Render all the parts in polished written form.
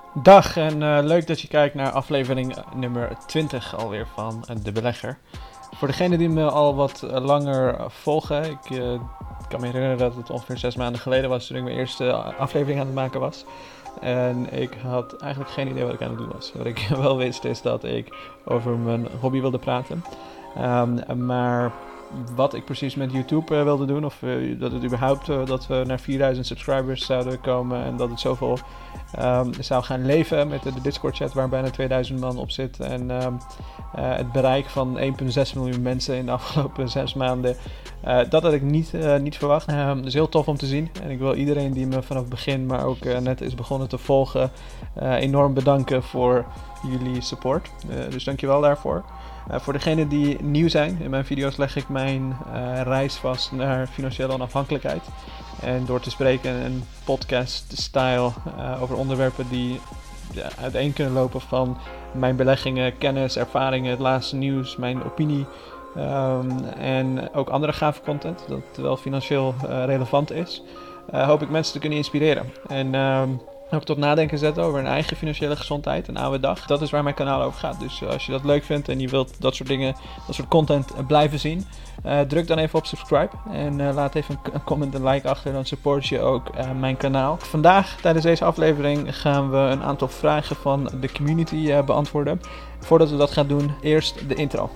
Dag en leuk dat je kijkt naar aflevering nummer 20 alweer van De Belegger. Voor degenen die me al wat langer volgen, ik kan me herinneren dat het ongeveer 6 maanden geleden was toen ik mijn eerste aflevering aan het maken was. En ik had eigenlijk geen idee wat ik aan het doen was. Wat ik wel wist is dat ik over mijn hobby wilde praten. Maar wat ik precies met YouTube wilde doen, of dat het überhaupt dat we naar 4000 subscribers zouden komen en dat het zoveel zou gaan leven met de Discord chat waar bijna 2000 man op zit en het bereik van 1,6 miljoen mensen in de afgelopen 6 maanden. Dat had ik niet verwacht. Dus heel tof om te zien en ik wil iedereen die me vanaf het begin, maar ook net is begonnen te volgen, enorm bedanken voor jullie support. Dus dankjewel daarvoor. Voor degenen die nieuw zijn, in mijn video's leg ik mijn reis vast naar financiële onafhankelijkheid. En door te spreken in een podcast-style over onderwerpen die uiteen kunnen lopen van mijn beleggingen, kennis, ervaringen, het laatste nieuws, mijn opinie. En ook andere gave content, dat wel financieel relevant is. Hoop ik mensen te kunnen inspireren. En ook tot nadenken zetten over een eigen financiële gezondheid, een oude dag. Dat is waar mijn kanaal over gaat. Dus als je dat leuk vindt en je wilt dat soort dingen, dat soort content blijven zien, druk dan even op subscribe. En laat even een comment en like achter, dan support je ook mijn kanaal. Vandaag, tijdens deze aflevering, gaan we een aantal vragen van de community beantwoorden. Voordat we dat gaan doen, eerst de intro.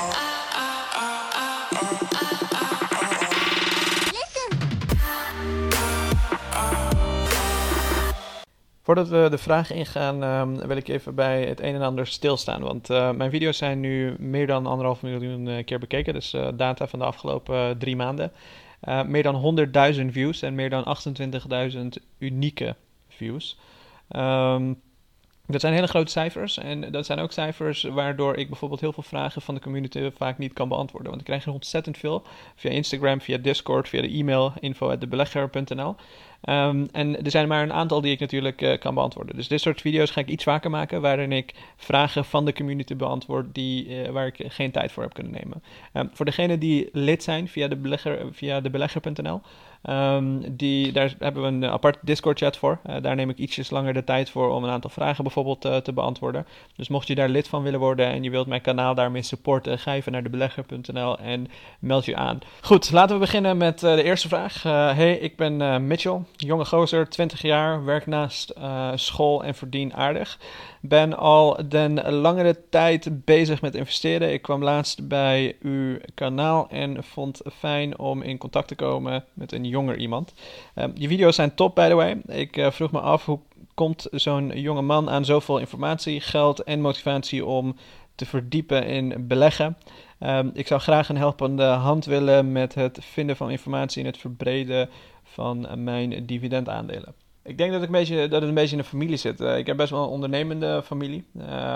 Voordat we de vragen ingaan, wil ik even bij het een en ander stilstaan. Want mijn video's zijn nu meer dan 1,5 miljoen keer bekeken. Dus data van de afgelopen 3 maanden. Meer dan 100.000 views en meer dan 28.000 unieke views. Dat zijn hele grote cijfers en dat zijn ook cijfers waardoor ik bijvoorbeeld heel veel vragen van de community vaak niet kan beantwoorden. Want ik krijg er ontzettend veel via Instagram, via Discord, via de e-mail info@debelegger.nl. En er zijn maar een aantal die ik natuurlijk kan beantwoorden. Dus dit soort video's ga ik iets vaker maken waarin ik vragen van de community beantwoord waar ik geen tijd voor heb kunnen nemen. Voor degenen die lid zijn via debelegger.nl. Daar hebben we een apart Discord chat voor. Daar neem ik ietsjes langer de tijd voor om een aantal vragen bijvoorbeeld te beantwoorden. Dus mocht je daar lid van willen worden en je wilt mijn kanaal daarmee supporten, ga even naar debelegger.nl en meld je aan. Goed, laten we beginnen met de eerste vraag. Hey, ik ben Mitchell, jonge gozer, 20 jaar, werk naast school en verdien aardig. Ben al den langere tijd bezig met investeren. Ik kwam laatst bij uw kanaal en vond het fijn om in contact te komen met een jonger iemand. Je video's zijn top, by the way. Ik vroeg me af, hoe komt zo'n jonge man aan zoveel informatie, geld en motivatie om te verdiepen in beleggen? Ik zou graag een helpende hand willen met het vinden van informatie en het verbreden van mijn dividendaandelen. Ik denk dat het een beetje in de familie zit. Ik heb best wel een ondernemende familie.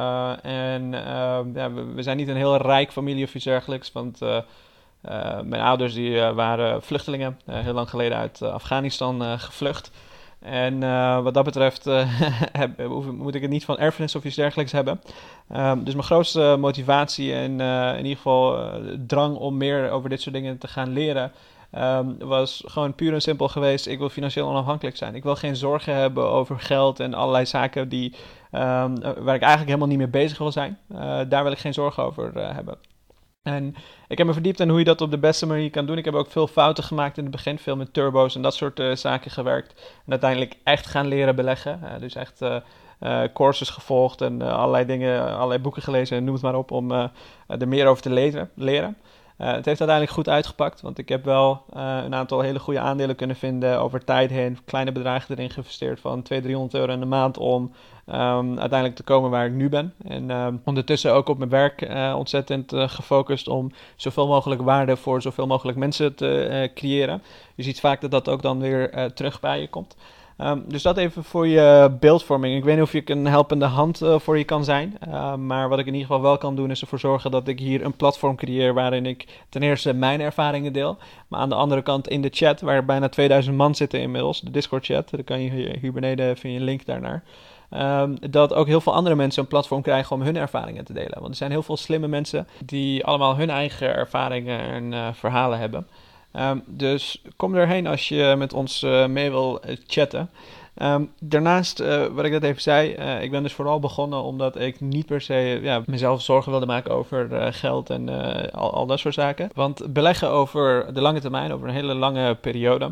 We zijn niet een heel rijk familie of iets dergelijks. Want mijn ouders die waren vluchtelingen. Heel lang geleden uit Afghanistan gevlucht. En wat dat betreft moet ik het niet van erfenis of iets dergelijks hebben. Dus mijn grootste motivatie en in ieder geval drang om meer over dit soort dingen te gaan leren, was gewoon puur en simpel geweest. Ik wil financieel onafhankelijk zijn. Ik wil geen zorgen hebben over geld en allerlei zaken waar ik eigenlijk helemaal niet mee bezig wil zijn. Daar wil ik geen zorgen over hebben. En ik heb me verdiept in hoe je dat op de beste manier kan doen. Ik heb ook veel fouten gemaakt in het begin. Veel met turbo's en dat soort zaken gewerkt. En uiteindelijk echt gaan leren beleggen. Dus echt courses gevolgd en allerlei dingen, allerlei boeken gelezen en noem het maar op om er meer over te leren. Het heeft uiteindelijk goed uitgepakt, want ik heb wel een aantal hele goede aandelen kunnen vinden over tijd heen. Kleine bedragen erin geïnvesteerd van 200-300 € in de maand om uiteindelijk te komen waar ik nu ben. En ondertussen ook op mijn werk ontzettend gefocust om zoveel mogelijk waarde voor zoveel mogelijk mensen te creëren. Je ziet vaak dat dat ook dan weer terug bij je komt. Dus dat even voor je beeldvorming. Ik weet niet of ik een helpende hand voor je kan zijn. Maar wat ik in ieder geval wel kan doen is ervoor zorgen dat ik hier een platform creëer waarin ik ten eerste mijn ervaringen deel. Maar aan de andere kant in de chat, waar bijna 2000 man zitten inmiddels, de Discord chat, dan kan je hier beneden vind je een link daarnaar. Dat ook heel veel andere mensen een platform krijgen om hun ervaringen te delen. Want er zijn heel veel slimme mensen die allemaal hun eigen ervaringen en verhalen hebben. Dus kom erheen als je met ons mee wil chatten. Daarnaast, wat ik net even zei, ik ben dus vooral begonnen omdat ik niet per se mezelf zorgen wilde maken over geld en al dat soort zaken. Want beleggen over de lange termijn, over een hele lange periode,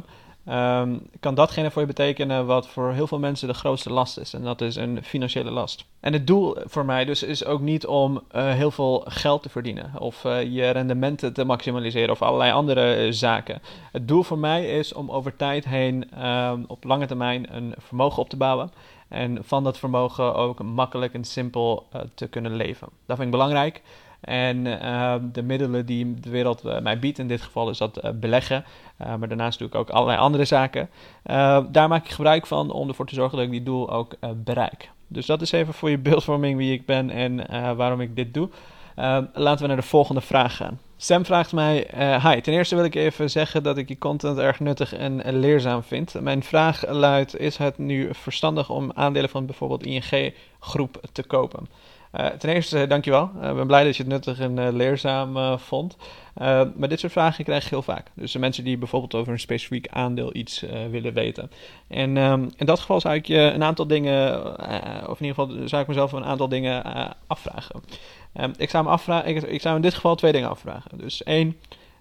kan datgene voor je betekenen wat voor heel veel mensen de grootste last is. En dat is een financiële last. En het doel voor mij dus is ook niet om heel veel geld te verdienen. Of je rendementen te maximaliseren of allerlei andere zaken. Het doel voor mij is om over tijd heen op lange termijn een vermogen op te bouwen. En van dat vermogen ook makkelijk en simpel te kunnen leven. Dat vind ik belangrijk. En de middelen die de wereld mij biedt, in dit geval is dat beleggen. Maar daarnaast doe ik ook allerlei andere zaken. Daar maak ik gebruik van om ervoor te zorgen dat ik die doel ook bereik. Dus dat is even voor je beeldvorming wie ik ben en waarom ik dit doe. Laten we naar de volgende vraag gaan. Sam vraagt mij, hi, ten eerste wil ik even zeggen dat ik je content erg nuttig en leerzaam vind. Mijn vraag luidt, is het nu verstandig om aandelen van bijvoorbeeld ING-groep te kopen? Ten eerste, dankjewel. Ik ben blij dat je het nuttig en leerzaam vond. Maar dit soort vragen krijg ik heel vaak. Dus de mensen die bijvoorbeeld over een specifiek aandeel iets willen weten. En in dat geval zou ik je een aantal dingen, of in ieder geval zou ik mezelf een aantal dingen afvragen. Ik zou in dit geval 2 dingen afvragen. Dus 1,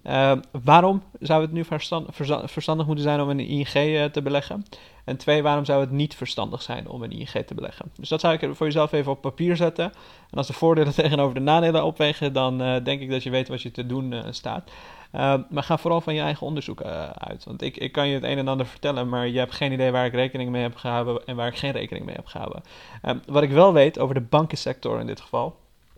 waarom zou het nu verstandig moeten zijn om in een ING te beleggen? En 2, waarom zou het niet verstandig zijn om in ING te beleggen? Dus dat zou ik voor jezelf even op papier zetten. En als de voordelen tegenover de nadelen opwegen, dan denk ik dat je weet wat je te doen staat. Maar ga vooral van je eigen onderzoek uit. Want ik kan je het een en ander vertellen, maar je hebt geen idee waar ik rekening mee heb gehouden en waar ik geen rekening mee heb gehouden. Wat ik wel weet over de bankensector in dit geval,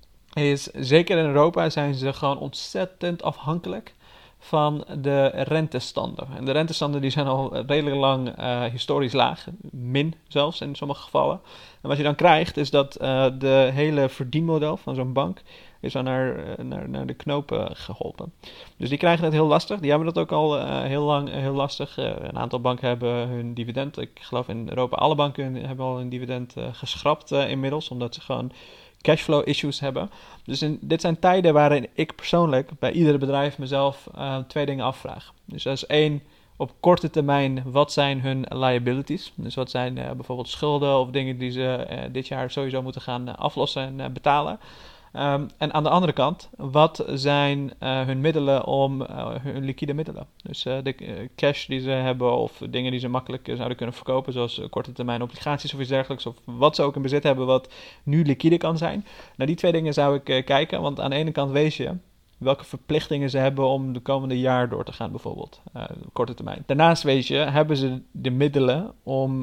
is zeker in Europa zijn ze gewoon ontzettend afhankelijk van de rentestanden. En de rentestanden die zijn al redelijk lang historisch laag, min zelfs in sommige gevallen. En wat je dan krijgt is dat de hele verdienmodel van zo'n bank is dan naar de knopen geholpen. Dus die krijgen het heel lastig. Die hebben dat ook al heel lang heel lastig. Een aantal banken hebben hun dividend. Ik geloof in Europa alle banken hebben al hun dividend geschrapt inmiddels, omdat ze gewoon cashflow issues hebben. Dus dit zijn tijden waarin ik persoonlijk bij iedere bedrijf mezelf 2 dingen afvraag. Dus dat is 1, op korte termijn, wat zijn hun liabilities? Dus wat zijn bijvoorbeeld schulden of dingen die ze dit jaar sowieso moeten gaan aflossen en betalen? En aan de andere kant, wat zijn hun middelen om hun liquide middelen? Dus de cash die ze hebben of dingen die ze makkelijk zouden kunnen verkopen, zoals korte termijn obligaties of iets dergelijks, of wat ze ook in bezit hebben wat nu liquide kan zijn. Naar die 2 dingen zou ik kijken, want aan de ene kant weet je welke verplichtingen ze hebben om de komende jaar door te gaan bijvoorbeeld, korte termijn. Daarnaast weet je, hebben ze de middelen om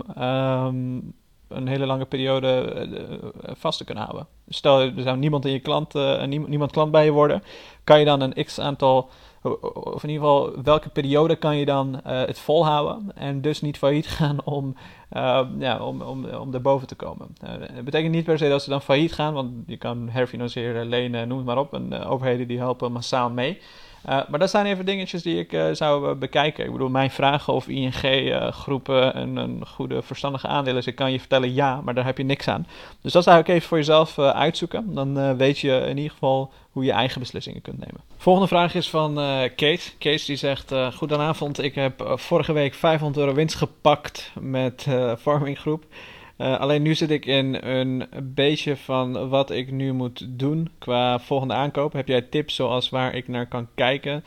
een hele lange periode vast te kunnen houden. Stel, er zou niemand klant bij je worden, kan je dan een x-aantal, of in ieder geval welke periode kan je dan het volhouden en dus niet failliet gaan om erboven te komen. Dat betekent niet per se dat ze dan failliet gaan, want je kan herfinancieren, lenen, noem het maar op. En overheden die helpen massaal mee. Maar dat zijn even dingetjes die ik zou bekijken. Ik bedoel, mijn vragen of ING-groepen een goede verstandige aandeel is, ik kan je vertellen ja, maar daar heb je niks aan. Dus dat zou ik even voor jezelf uitzoeken. Dan weet je in ieder geval hoe je eigen beslissingen kunt nemen. Volgende vraag is van Kate. Kate die zegt, goedenavond, ik heb vorige week €500 winst gepakt met Farming Groep. Alleen nu zit ik in een beetje van wat ik nu moet doen qua volgende aankoop. Heb jij tips zoals waar ik naar kan kijken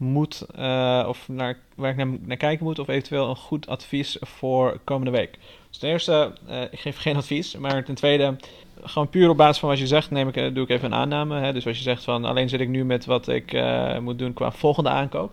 of waar ik naar kijken moet, of eventueel een goed advies voor komende week? Dus ten eerste, ik geef geen advies, maar ten tweede, gewoon puur op basis van wat je zegt, doe ik even een aanname. Hè? Dus als je zegt van alleen zit ik nu met wat ik moet doen qua volgende aankoop.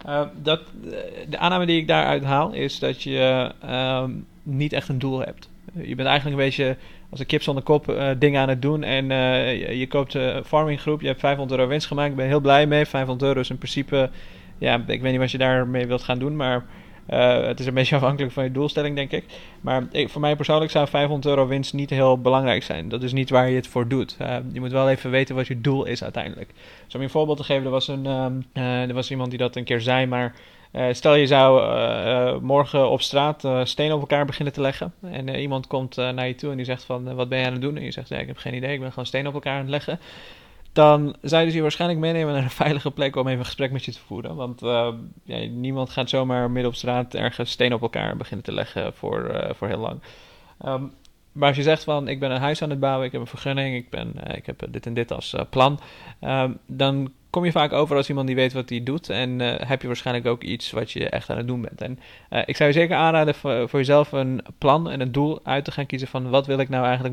De aanname die ik daaruit haal is dat je niet echt een doel hebt. Je bent eigenlijk een beetje als een kip zonder kop dingen aan het doen. En je koopt Farming Groep. Je hebt €500 winst gemaakt. Ik ben heel blij mee. €500 is in principe, ja, ik weet niet wat je daarmee wilt gaan doen. Maar het is een beetje afhankelijk van je doelstelling, denk ik. Maar voor mij persoonlijk zou €500 winst niet heel belangrijk zijn. Dat is niet waar je het voor doet. Je moet wel even weten wat je doel is uiteindelijk. Dus om je een voorbeeld te geven, er was iemand die dat een keer zei, maar stel je zou morgen op straat stenen op elkaar beginnen te leggen. En iemand komt naar je toe en die zegt van, wat ben je aan het doen? En je zegt, ja, ik heb geen idee, ik ben gewoon stenen op elkaar aan het leggen. dan zou je dus hier waarschijnlijk meenemen naar een veilige plek om even een gesprek met je te voeren. Want niemand gaat zomaar midden op straat ergens steen op elkaar beginnen te leggen voor heel lang. Maar als je zegt van, ik ben een huis aan het bouwen, ik heb een vergunning, ik heb dit en dit als plan, dan kom je vaak over als iemand die weet wat hij doet en heb je waarschijnlijk ook iets wat je echt aan het doen bent. En ik zou je zeker aanraden voor jezelf een plan en een doel uit te gaan kiezen van wat wil ik nou eigenlijk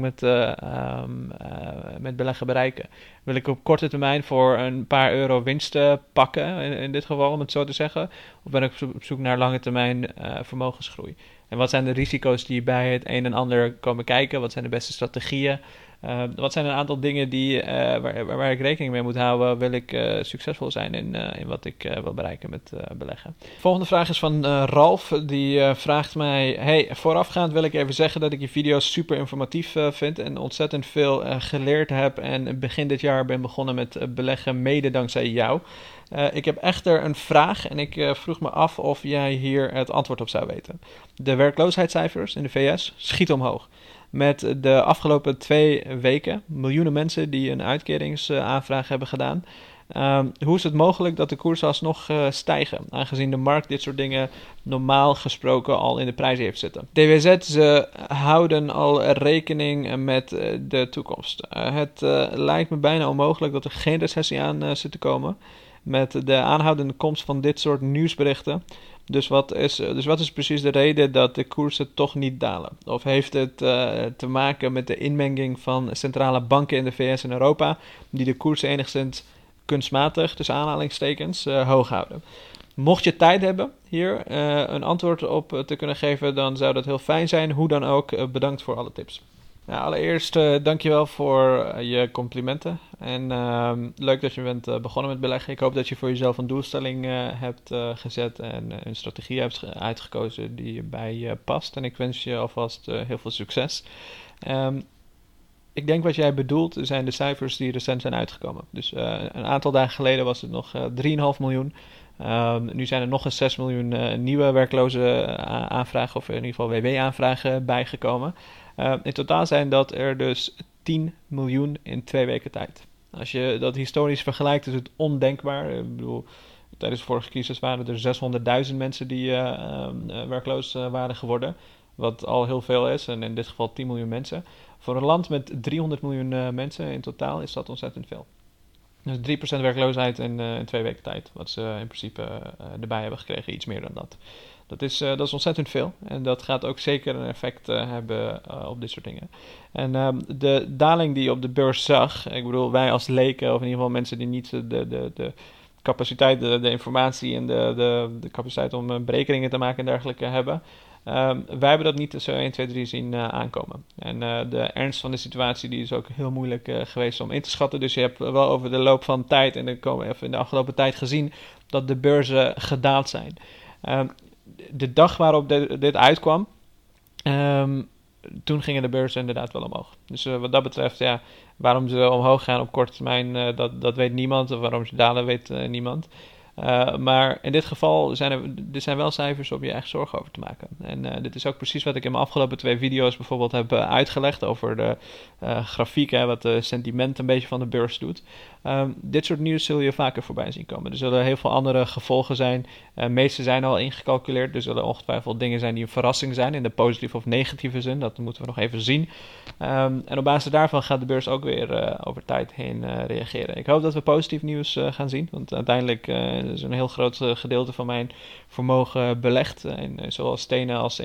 met beleggen bereiken. Wil ik op korte termijn voor een paar euro winst pakken, in dit geval om het zo te zeggen, of ben ik op zoek naar lange termijn vermogensgroei? En wat zijn de risico's die bij het een en ander komen kijken? Wat zijn de beste strategieën? Wat zijn een aantal dingen waar ik rekening mee moet houden? Wil ik succesvol zijn in wat ik wil bereiken met beleggen? De volgende vraag is van Ralf. Die vraagt mij: hey, voorafgaand wil ik even zeggen dat ik je video's super informatief vind en ontzettend veel geleerd heb. En begin dit jaar ben begonnen met beleggen, mede dankzij jou. Ik heb echter een vraag en ik vroeg me af of jij hier het antwoord op zou weten. De werkloosheidscijfers in de VS schieten omhoog. Met de afgelopen 2 weken miljoenen mensen die een uitkeringsaanvraag hebben gedaan. Hoe is het mogelijk dat de koersen alsnog stijgen, aangezien de markt dit soort dingen normaal gesproken al in de prijs heeft zitten? DWZ, ze houden al rekening met de toekomst. Het lijkt me bijna onmogelijk dat er geen recessie aan zit te komen met de aanhoudende komst van dit soort nieuwsberichten. Dus wat is precies de reden dat de koersen toch niet dalen? Of heeft het te maken met de inmenging van centrale banken in de VS en Europa, die de koersen enigszins kunstmatig, tussen aanhalingstekens, hoog houden? Mocht je tijd hebben hier een antwoord op te kunnen geven, dan zou dat heel fijn zijn. Hoe dan ook, bedankt voor alle tips. Nou, allereerst dankjewel voor je complimenten. En leuk dat je bent begonnen met beleggen. Ik hoop dat je voor jezelf een doelstelling hebt gezet en een strategie hebt uitgekozen die bij je past. En ik wens je alvast heel veel succes. Ik denk wat jij bedoelt zijn de cijfers die recent zijn uitgekomen. Dus een aantal dagen geleden was het nog 3,5 miljoen. Nu zijn er nog eens 6 miljoen nieuwe werkloze aanvragen, of in ieder geval WW-aanvragen bijgekomen. In totaal zijn dat er dus 10 miljoen in 2 weken tijd. Als je dat historisch vergelijkt, is het ondenkbaar. Ik bedoel, tijdens de vorige crisis waren er 600.000 mensen die werkloos waren geworden. Wat al heel veel is, en in dit geval 10 miljoen mensen. Voor een land met 300 miljoen mensen in totaal is dat ontzettend veel. Dus 3% werkloosheid in 2 weken tijd. Wat ze in principe erbij hebben gekregen, iets meer dan dat. Dat is ontzettend veel. En dat gaat ook zeker een effect hebben op dit soort dingen. En de daling die je op de beurs zag. Ik bedoel, wij als leken, of in ieder geval mensen die niet de capaciteit, de informatie en de capaciteit om berekeningen te maken en dergelijke hebben. Wij hebben dat niet zo 1, 2, 3 zien aankomen. En de ernst van de situatie die is ook heel moeilijk geweest om in te schatten. Dus je hebt wel over de loop van tijd en in de afgelopen tijd gezien dat de beurzen gedaald zijn. De dag waarop dit uitkwam, toen gingen de beurzen inderdaad wel omhoog. Dus wat dat betreft, ja, waarom ze omhoog gaan op korte termijn, dat weet niemand. Of waarom ze dalen, weet niemand. Maar in dit geval zijn er wel cijfers om je echt zorgen over te maken. En dit is ook precies wat ik in mijn afgelopen 2 video's bijvoorbeeld heb uitgelegd over de grafiek, wat de sentiment een beetje van de beurs doet. Dit soort nieuws zul je vaker voorbij zien komen. Er zullen heel veel andere gevolgen zijn. Meeste zijn al ingecalculeerd. Er zullen ongetwijfeld dingen zijn die een verrassing zijn in de positieve of negatieve zin. Dat moeten we nog even zien. En op basis daarvan gaat de beurs ook weer over tijd heen reageren. Ik hoop dat we positief nieuws gaan zien. Want uiteindelijk is een heel groot gedeelte van mijn vermogen belegd. In zowel stenen als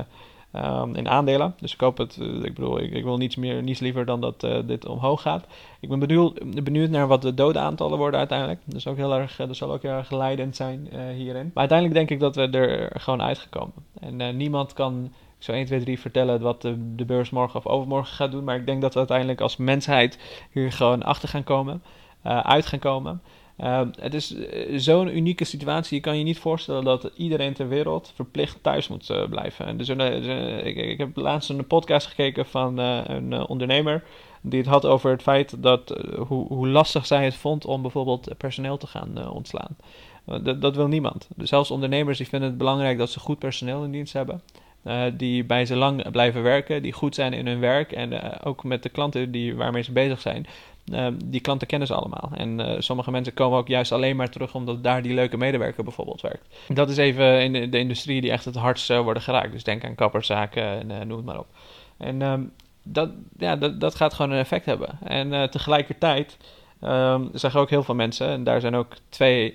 in aandelen. Dus ik hoop het. Ik wil niets liever dan dat dit omhoog gaat. Ik ben benieuwd naar wat de dodenaantallen worden uiteindelijk. Dat zal ook heel erg leidend zijn hierin. Maar uiteindelijk denk ik dat we er gewoon uitgekomen. En niemand kan zo 1, 2, 3 vertellen wat de beurs morgen of overmorgen gaat doen. Maar ik denk dat we uiteindelijk als mensheid hier gewoon achter gaan komen. Uit gaan komen. Het is zo'n unieke situatie. Je kan je niet voorstellen dat iedereen ter wereld verplicht thuis moet blijven. En ik heb laatst een podcast gekeken van een ondernemer die het had over het feit dat hoe lastig zij het vond om bijvoorbeeld personeel te gaan ontslaan. Dat wil niemand. Dus zelfs ondernemers die vinden het belangrijk dat ze goed personeel in dienst hebben. Die bij ze lang blijven werken, die goed zijn in hun werk en ook met de klanten waarmee ze bezig zijn. Die klanten kennen ze allemaal. En sommige mensen komen ook juist alleen maar terug omdat daar die leuke medewerker bijvoorbeeld werkt. Dat is even in de industrie die echt het hardst worden geraakt. Dus denk aan kapperszaken en noem het maar op. En dat gaat gewoon een effect hebben. En tegelijkertijd zeggen ook heel veel mensen, en daar zijn ook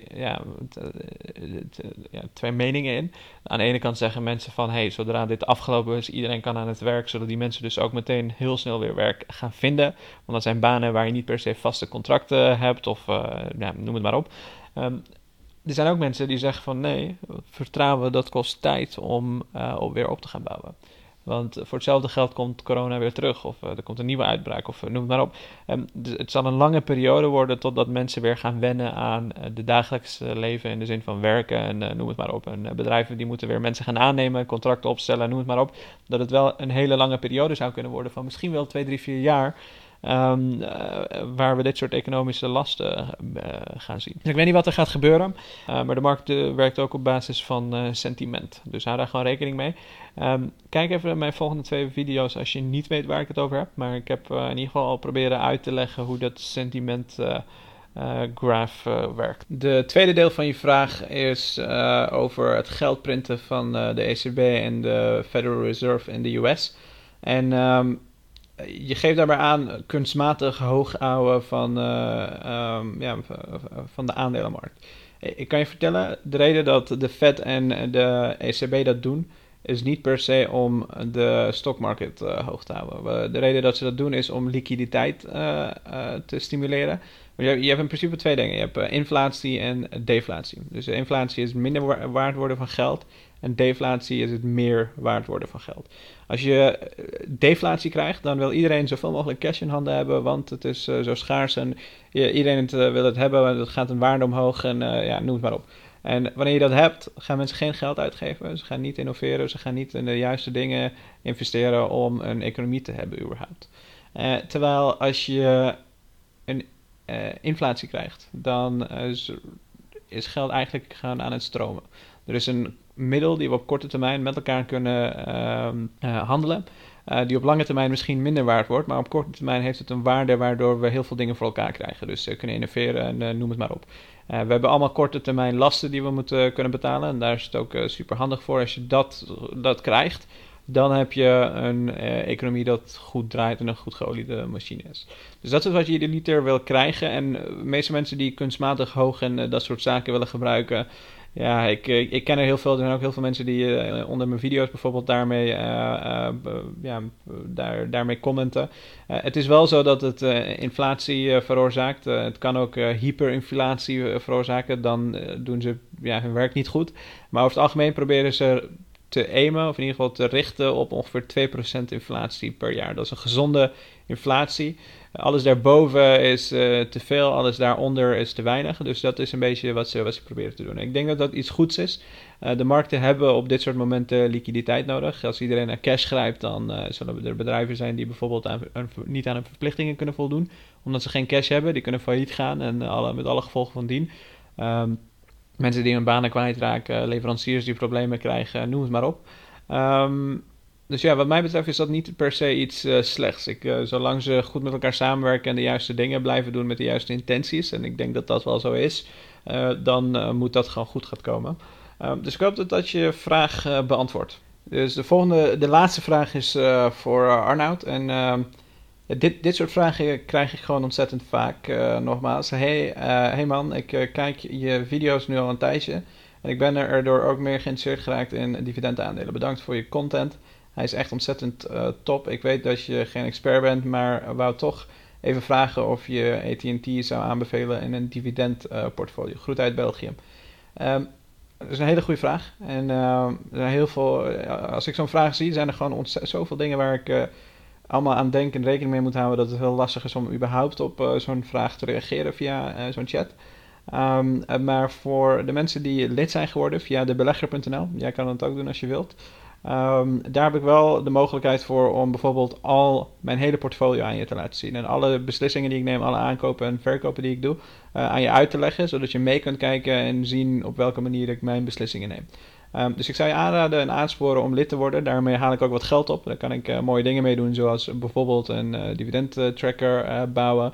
twee meningen in. Aan de ene kant zeggen mensen van, hey, zodra dit afgelopen is, iedereen kan aan het werk, zodat die mensen dus ook meteen heel snel weer werk gaan vinden. Want dat zijn banen waar je niet per se vaste contracten hebt, of noem het maar op. Er zijn ook mensen die zeggen van, nee, vertrouwen, dat kost tijd om weer op te gaan bouwen. Want voor hetzelfde geld komt corona weer terug. Of er komt een nieuwe uitbraak. Of noem het maar op. Dus het zal een lange periode worden totdat mensen weer gaan wennen aan de dagelijkse leven. In de zin van werken en noem het maar op. En bedrijven die moeten weer mensen gaan aannemen. Contracten opstellen, noem het maar op. Dat het wel een hele lange periode zou kunnen worden. Van misschien wel 2, 3, 4 jaar. Waar we dit soort economische lasten gaan zien. Dus ik weet niet wat er gaat gebeuren. Maar de markt werkt ook op basis van sentiment. Dus hou daar gewoon rekening mee. Kijk even naar mijn volgende 2 video's als je niet weet waar ik het over heb. Maar ik heb in ieder geval al proberen uit te leggen hoe dat sentiment graph werkt. De tweede deel van je vraag is over het geldprinten van de ECB en de Federal Reserve in de US. En je geeft daarbij aan kunstmatig hoog houden van de aandelenmarkt. Ik kan je vertellen, de reden dat de Fed en de ECB dat doen, is niet per se om de stockmarket hoog te houden. De reden dat ze dat doen is om liquiditeit te stimuleren. Je hebt in principe 2 dingen. Je hebt inflatie en deflatie. Dus inflatie is minder waard worden van geld. En deflatie is het meer waard worden van geld. Als je deflatie krijgt, dan wil iedereen zoveel mogelijk cash in handen hebben, want het is zo schaars en iedereen wil het hebben. Het gaat een waarde omhoog en noem het maar op. En wanneer je dat hebt, gaan mensen geen geld uitgeven. Ze gaan niet innoveren, ze gaan niet in de juiste dingen investeren om een economie te hebben überhaupt. Terwijl als je een inflatie krijgt, dan is geld eigenlijk gaan aan het stromen. Er is een middel die we op korte termijn met elkaar kunnen handelen. Die op lange termijn misschien minder waard wordt, maar op korte termijn heeft het een waarde waardoor we heel veel dingen voor elkaar krijgen. Dus kunnen innoveren en noem het maar op. We hebben allemaal korte termijn lasten die we moeten kunnen betalen. En daar is het ook super handig voor. Als je dat krijgt, dan heb je een economie dat goed draait en een goed geoliede machine is. Dus dat is wat je idealiter wil krijgen. En de meeste mensen die kunstmatig hoog en dat soort zaken willen gebruiken. Ja, ik ken er heel veel. Er zijn ook heel veel mensen die onder mijn video's bijvoorbeeld daarmee commenten. Het is wel zo dat het inflatie veroorzaakt. Het kan ook hyperinflatie veroorzaken. Dan doen ze hun werk niet goed. Maar over het algemeen proberen ze te aimen, of in ieder geval te richten op ongeveer 2% inflatie per jaar. Dat is een gezonde inflatie. Alles daarboven is te veel, alles daaronder is te weinig. Dus dat is een beetje wat ze proberen te doen. Ik denk dat dat iets goeds is. De markten hebben op dit soort momenten liquiditeit nodig. Als iedereen naar cash grijpt, dan zullen er bedrijven zijn die bijvoorbeeld niet aan hun verplichtingen kunnen voldoen. Omdat ze geen cash hebben, die kunnen failliet gaan en met alle gevolgen van dien. Mensen die hun banen kwijtraken, leveranciers die problemen krijgen, noem het maar op. Dus ja, wat mij betreft is dat niet per se iets slechts. Zolang ze goed met elkaar samenwerken en de juiste dingen blijven doen met de juiste intenties, en ik denk dat dat wel zo is, dan moet dat gewoon goed gaan komen. Dus ik hoop dat je vraag beantwoordt. Dus de laatste vraag is voor Arnoud. En dit soort vragen krijg ik gewoon ontzettend vaak nogmaals. Hey man, ik kijk je video's nu al een tijdje. En ik ben er erdoor ook meer geïnteresseerd geraakt in dividendaandelen. Bedankt voor je content. Hij is echt ontzettend top. Ik weet dat je geen expert bent, maar wou toch even vragen of je AT&T zou aanbevelen in een dividendportfolio. Groet uit België. Dat is een hele goede vraag. En er zijn heel veel, als ik zo'n vraag zie, zijn er gewoon zoveel dingen waar ik allemaal aan denk en rekening mee moet houden dat het heel lastig is om überhaupt op zo'n vraag te reageren via zo'n chat. Maar voor de mensen die lid zijn geworden via debelegger.nl, jij kan het ook doen als je wilt. Daar heb ik wel de mogelijkheid voor om bijvoorbeeld al mijn hele portfolio aan je te laten zien. En alle beslissingen die ik neem, alle aankopen en verkopen die ik doe, aan je uit te leggen. Zodat je mee kunt kijken en zien op welke manier ik mijn beslissingen neem. Dus ik zou je aanraden en aansporen om lid te worden. Daarmee haal ik ook wat geld op. Daar kan ik mooie dingen mee doen, zoals bijvoorbeeld een dividendtracker bouwen.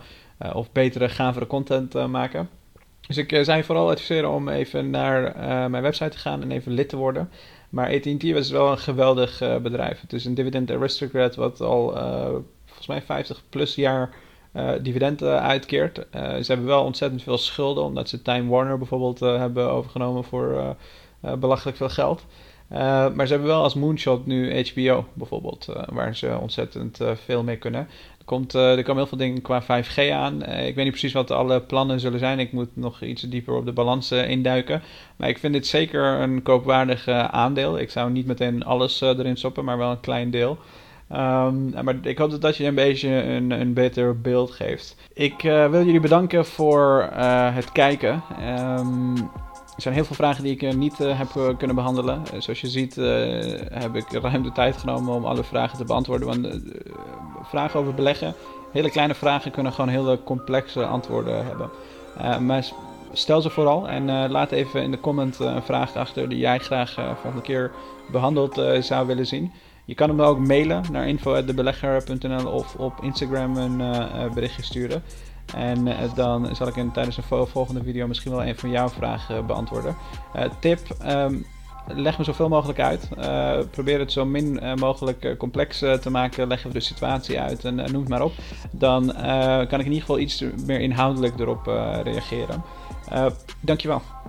of betere, gavere content maken. Dus ik zou je vooral adviseren om even naar mijn website te gaan en even lid te worden. Maar AT&T was wel een geweldig bedrijf. Het is een dividend aristocrat wat al volgens mij 50 plus jaar dividenden uitkeert. Ze hebben wel ontzettend veel schulden, omdat ze Time Warner bijvoorbeeld hebben overgenomen voor belachelijk veel geld. Maar ze hebben wel als moonshot nu HBO bijvoorbeeld, waar ze ontzettend veel mee kunnen. Er komen heel veel dingen qua 5G aan. Ik weet niet precies wat alle plannen zullen zijn. Ik moet nog iets dieper op de balans induiken. Maar ik vind dit zeker een koopwaardig aandeel. Ik zou niet meteen alles erin stoppen, maar wel een klein deel. Maar ik hoop dat je een beetje een beter beeld geeft. Ik wil jullie bedanken voor het kijken. Er zijn heel veel vragen die ik niet heb kunnen behandelen. Zoals je ziet heb ik ruim de tijd genomen om alle vragen te beantwoorden. Want vragen over beleggen, hele kleine vragen kunnen gewoon hele complexe antwoorden hebben. Maar stel ze vooral en laat even in de comment een vraag achter die jij graag volgende keer behandeld zou willen zien. Je kan hem ook mailen naar info@debelegger.nl of op Instagram een berichtje sturen. En dan zal ik tijdens een volgende video misschien wel een van jouw vragen beantwoorden. Tip, leg me zoveel mogelijk uit. Probeer het zo min mogelijk complex te maken. Leggen we de situatie uit en noem het maar op. Dan kan ik in ieder geval iets meer inhoudelijk erop reageren. Dankjewel.